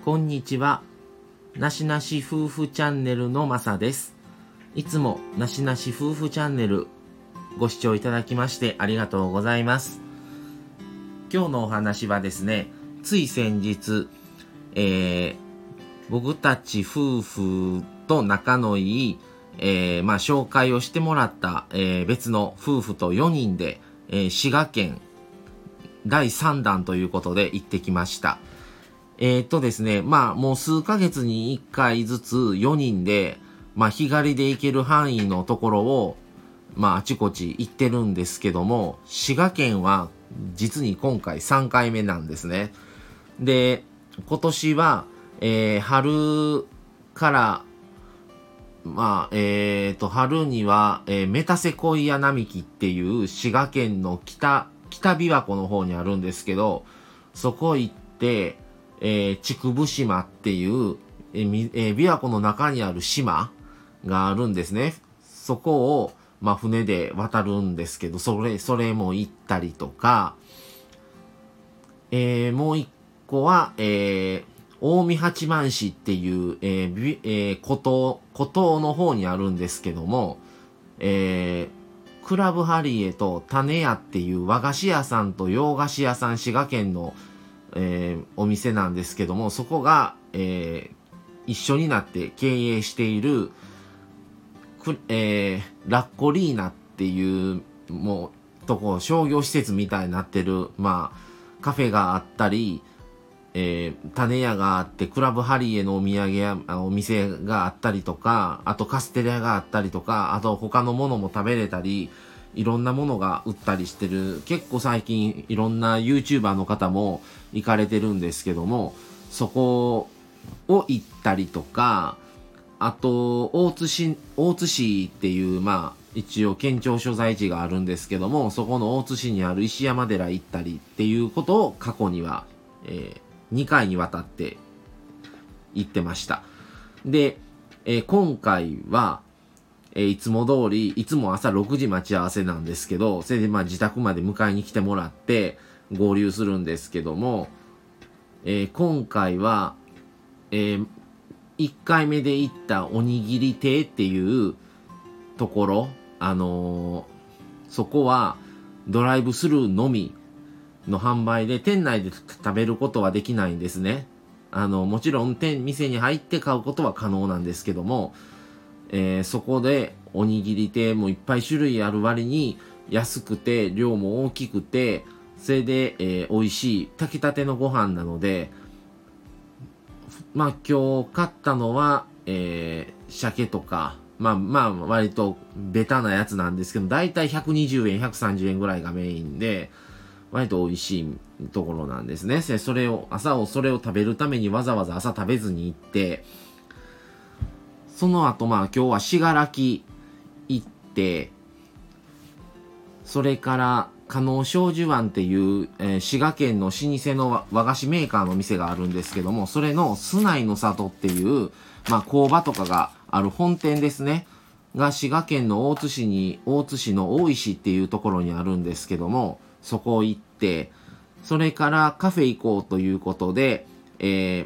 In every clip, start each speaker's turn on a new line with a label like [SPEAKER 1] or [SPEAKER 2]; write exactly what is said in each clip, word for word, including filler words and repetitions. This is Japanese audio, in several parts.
[SPEAKER 1] こんにちは。なしなし夫婦チャンネルのまさです。いつもなしなし夫婦チャンネルご視聴いただきましてありがとうございます。今日のお話はですね、つい先日、えー、僕たち夫婦と仲のいい、えー、まあ紹介をしてもらった、えー、別の夫婦とよにんで、えー、滋賀県だいさんだんということで行ってきました。えー、っとですね、まあもう数ヶ月にいっかいずつよにんで、まあ日帰りで行ける範囲のところを、まああちこち行ってるんですけども、滋賀県は実に今回さんかいめなんですね。で、今年は、えー、春から、まあ、えー、と、春には、えー、メタセコイア並木っていう滋賀県の北、北琵琶湖の方にあるんですけど、そこ行って、えー、竹生島っていう、えーえー、琵琶湖の中にある島があるんですね。そこを、まあ、船で渡るんですけど、それ、それも行ったりとか、えー、もう一個は、えー、近江八幡市っていう、えーえー、孤島、孤島の方にあるんですけども、えー、クラブハリエと種屋っていう和菓子屋さんと洋菓子屋さん、滋賀県のえー、お店なんですけども、そこが、えー、一緒になって経営しているえー、ラッコリーナっていうもうとこ商業施設みたいになってる、まあカフェがあったり、えー、種屋があって、クラブハリエのお土産やお店があったりとか、あとカステラがあったりとか、あと他のものも食べれたり、いろんなものが売ったりしてる。結構最近いろんな YouTuber の方も行かれてるんですけども、そこを行ったりとか、あと大津市、大津市っていう、まあ一応県庁所在地があるんですけども、そこの大津市にある石山寺行ったりっていうことを過去には、えー、にかいにわたって行ってました。で、えー、今回はえー、いつも通り、いつも朝ろくじ待ち合わせなんですけど、それでまあ自宅まで迎えに来てもらって合流するんですけども、えー、今回は、えー、いっかいめで行ったおにぎり亭っていうところ、あのー、そこはドライブスルーのみの販売で店内で食べることはできないんですね。あの、もちろん店、店に入って買うことは可能なんですけども、えー、そこでおにぎり亭もいっぱい種類ある割に安くて量も大きくて、それで、えー、美味しい炊きたてのご飯なので、まあ今日買ったのは、えー、鮭とか、まあまあ割とベタなやつなんですけど、だいたいひゃくにじゅうえん、ひゃくさんじゅうえんぐらいがメインで、割と美味しいところなんですね。それを、朝をそれを食べるためにわざわざ朝食べずに行って、その後、まあ今日は信楽行って、それから加納正寿庵っていう、えー、滋賀県の老舗の和菓子メーカーの店があるんですけども、それの須内の里っていう、まあ工場とかがある本店ですね。が滋賀県の大津市に、大津市の大石っていうところにあるんですけども、そこ行って、それからカフェ行こうということで、えー、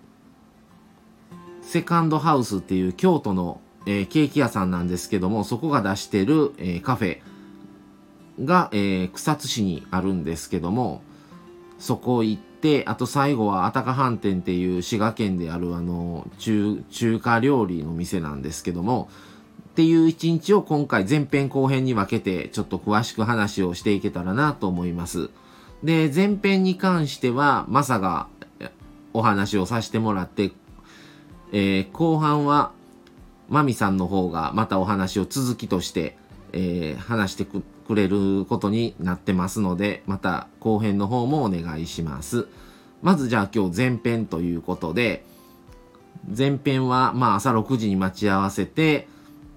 [SPEAKER 1] セカンドハウスっていう京都の、えー、ケーキ屋さんなんですけども、そこが出してる、えー、カフェが、えー、草津市にあるんですけども、そこ行って、あと最後はあたか飯店っていう滋賀県であるあの中中華料理の店なんですけども、っていう一日を今回前編後編に分けてちょっと詳しく話をしていけたらなと思います。で、前編に関してはマサがお話をさせてもらって、えー、後半はマミさんの方がまたお話を続きとして、えー、話してくれることになってますので、また後編の方もお願いします。まずじゃあ今日前編ということで、前編はまあ朝ろくじに待ち合わせて、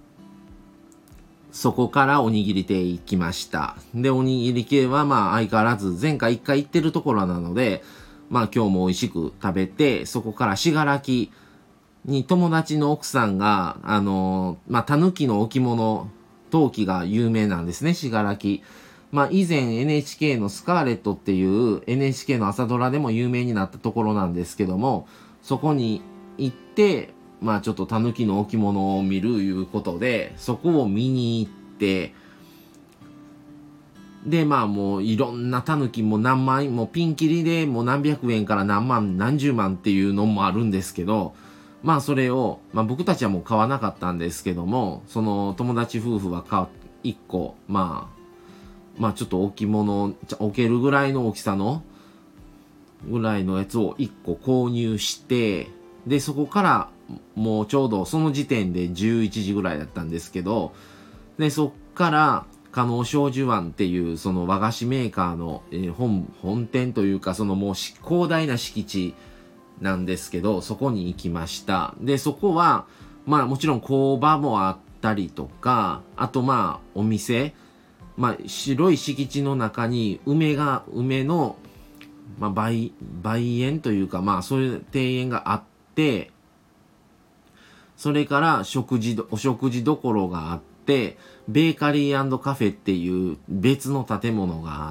[SPEAKER 1] そこからおにぎり亭行きました。で、おにぎり系はまあ相変わらず前回一回行ってるところなので、まあ今日も美味しく食べて、そこから信楽に友達の奥さんが、あのー、まあ、たぬきの置物、陶器が有名なんですね、信楽。まあ、以前 エヌエイチケー のスカーレットっていう エヌエイチケー の朝ドラでも有名になったところなんですけども、 そこに行って、まあちょっと狸の置物を見るいうことで、そこを見に行って、で、まあもういろんな狸も何万、もうピンキリでもう何百円から何万、何十万っていうのもあるんですけど、まあそれを、まあ僕たちはもう買わなかったんですけども、その友達夫婦は買一個、まあ、まあちょっと置物、置けるぐらいの大きさの、ぐらいのやつを一個購入して、で、そこからもうちょうどその時点でじゅういちじぐらいだったんですけど、で、そっから、加納正寿庵っていうその和菓子メーカーの、えー、本、本店というかそのもう広大な敷地なんですけど、そこに行きました。で、そこは、まあもちろん工場もあったりとか、あとまあお店、まあ白い敷地の中に梅が、梅の、まあ梅、梅園というかまあそういう庭園があって、それから食事、お食事どころがあって、ベーカリー&カフェっていう別の建物があって、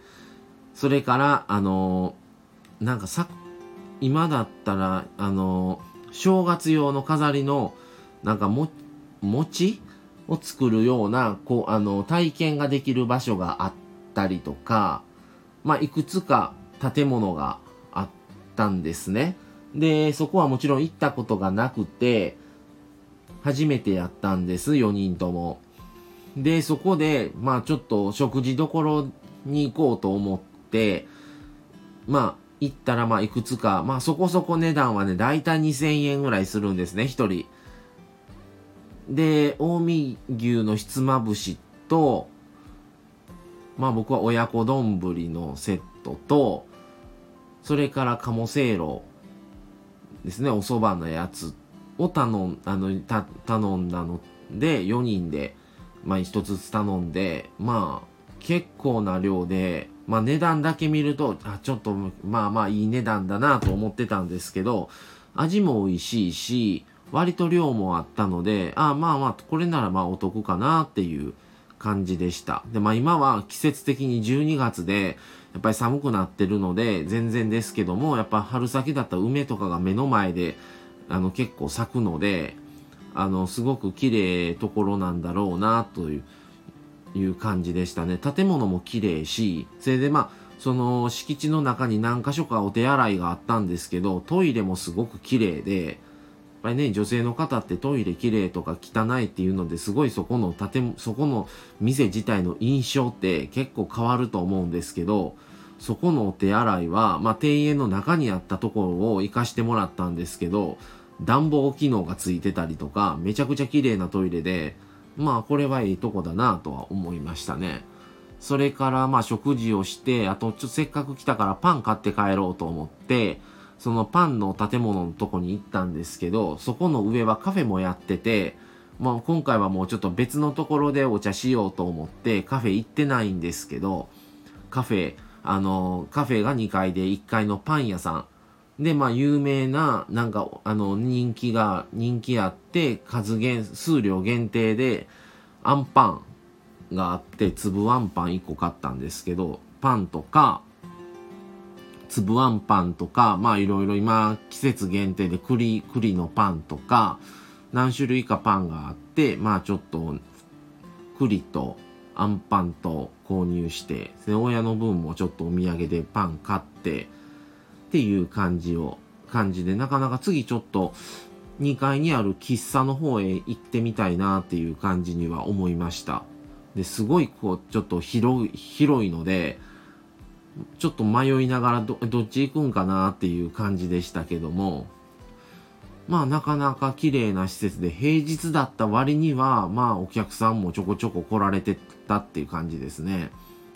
[SPEAKER 1] それから、あの、なんかさ、今だったら、あの、正月用の飾りの、なんかも、餅を作るような、こう、あの、体験ができる場所があったりとか、まあ、いくつか建物があったんですね。で、そこはもちろん行ったことがなくて、初めてやったんです、よにんとも。で、そこで、まあちょっと食事どころに行こうと思って、まあ行ったらまあいくつか、まあそこそこ値段はね、だいたいにせんえんぐらいするんですね、一人。で、近江牛のひつまぶしと、まあ僕は親子丼のセットと、それから鴨せいろですね、お蕎麦のやつを頼ん、あの、た、頼んだので、よにんで、まあ一つずつ頼んで、まあ結構な量で、まあ値段だけ見ると、あ、ちょっと、まあまあいい値段だなと思ってたんですけど、味も美味しいし、割と量もあったので、あ、まあまあ、これならまあお得かなっていう感じでした。で、まあ今は季節的にじゅうにがつで、やっぱり寒くなってるので、全然ですけども、やっぱ春先だったら梅とかが目の前で、あの結構咲くので、あの、すごく綺麗ところなんだろうな、という、いう感じでしたね。建物も綺麗し、それでまあ、その敷地の中に何箇所かお手洗いがあったんですけど、トイレもすごく綺麗で、やっぱりね、女性の方ってトイレ綺麗とか汚いっていうのですごいそこの建、そこの店自体の印象って結構変わると思うんですけど、そこのお手洗いは、まあ庭園の中にあったところを行かしてもらったんですけど、暖房機能がついてたりとか、めちゃくちゃ綺麗なトイレで、まあこれはいいとこだなとは思いましたね。それからまあ食事をして、あとちょっとせっかく来たからパン買って帰ろうと思って、そのパンの建物のとこに行ったんですけど、そこの上はカフェもやってて、まあ今回はもうちょっと別のところでお茶しようと思ってカフェ行ってないんですけど、カフェ、あの、カフェがにかいでいっかいのパン屋さん。で、まあ有名な、なんか、あの、人気が、人気あって、数限、数量限定で、アンパンがあって、粒アンパンいっこ買ったんですけど、パンとか、粒あんパンとか、まあいろいろ今季節限定で栗、栗のパンとか、何種類かパンがあって、まあちょっと栗とあんパンと購入して、親の分もちょっとお土産でパン買って、っていう感じを、感じで、なかなか次ちょっとにかいにある喫茶の方へ行ってみたいなっていう感じには思いました。で、すごいこう、ちょっと広い、広いので、ちょっと迷いながら ど, どっち行くんかなっていう感じでしたけども、まあなかなか綺麗な施設で平日だった割には、まあお客さんもちょこちょこ来られてたっていう感じですね。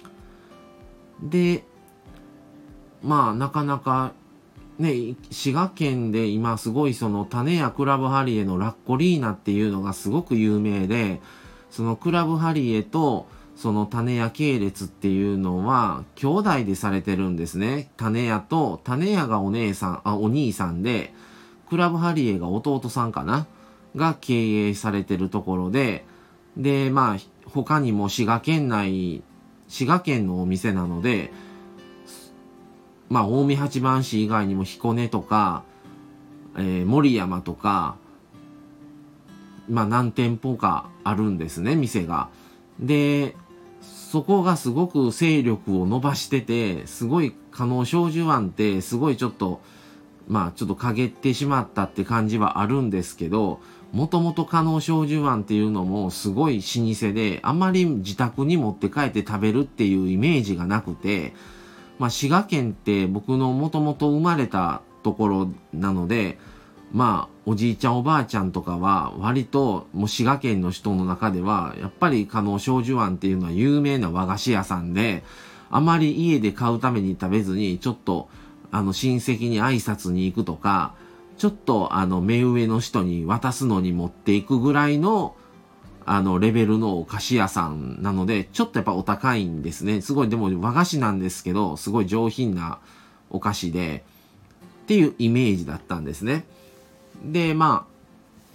[SPEAKER 1] で、まあなかなかね、滋賀県で今すごいその種屋クラブハリエのラッコリーナっていうのがすごく有名で、そのクラブハリエとその種屋系列っていうのは兄弟でされてるんですね。種屋と、種屋がお姉さん、あ、お兄さんで、クラブハリエが弟さんかなが経営されてるところで、で、まあ、他にも滋賀県内、滋賀県のお店なので、 まあ、近江八幡市以外にも彦根とか、えー、森山とか、まあ、何店舗かあるんですね、店が。で、そこがすごく勢力を伸ばしてて、すごい加納正寿庵ってすごいちょっと、まあちょっと陰ってしまったって感じはあるんですけど、もともと加納正寿庵っていうのもすごい老舗で、あまり自宅に持って帰って食べるっていうイメージがなくて、まあ滋賀県って僕のもともと生まれたところなので、まあおじいちゃんおばあちゃんとかは割ともう滋賀県の人の中ではやっぱり加納正寿庵っていうのは有名な和菓子屋さんで、あまり家で買うために食べずにちょっとあの親戚に挨拶に行くとか、ちょっとあの目上の人に渡すのに持っていくぐらいのあのレベルのお菓子屋さんなので、ちょっとやっぱお高いんですね。すごいでも和菓子なんですけど、すごい上品なお菓子でっていうイメージだったんですね。で、まあ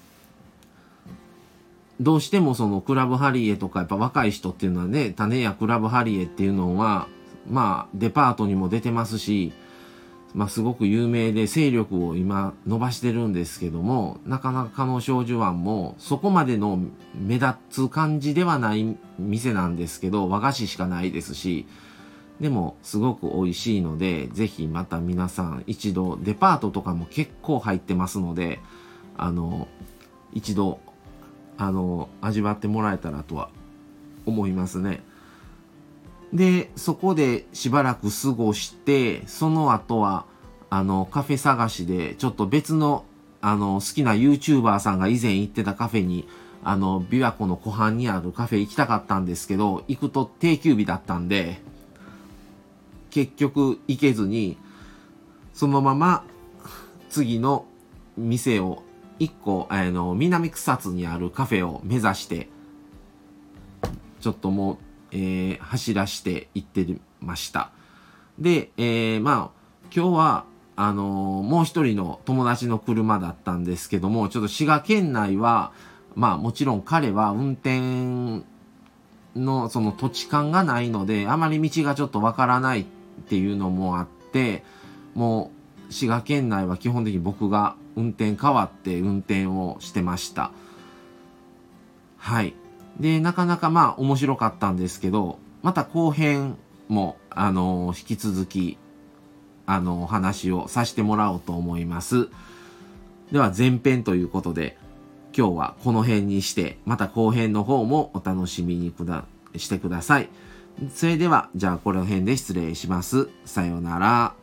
[SPEAKER 1] どうしてもそのクラブハリエとかやっぱ若い人っていうのはね、種やクラブハリエっていうのはまあデパートにも出てますし、まあすごく有名で勢力を今伸ばしてるんですけども、なかなか加納正寿庵もそこまでの目立つ感じではない店なんですけど、和菓子しかないですし、でもすごく美味しいので、ぜひまた皆さん一度、デパートとかも結構入ってますので、あの一度あの味わってもらえたらとは思いますね。で、そこでしばらく過ごして、その後は、あの、カフェ探しで、ちょっと別の、あの、好きな YouTuber さんが以前行ってたカフェに、あの、琵琶湖の湖畔にあるカフェ行きたかったんですけど、行くと定休日だったんで、結局行けずに、そのまま、次の店を、一個、あの、南草津にあるカフェを目指して、ちょっともう、えー、走らして行ってました。で、えー、まあ、今日は、あのー、もう一人の友達の車だったんですけども、ちょっと滋賀県内は、まあもちろん彼は運転のその土地勘がないので、あまり道がちょっとわからないっていうのもあって、もう滋賀県内は基本的に僕が運転変わって運転をしてました。はい。で、なかなかまあ面白かったんですけど、また後編も、あのー、引き続き、あのー、話をさせてもらおうと思います。では前編ということで、今日はこの辺にして、また後編の方もお楽しみにくだしてください。それでは、じゃあこの辺で失礼します。さようなら。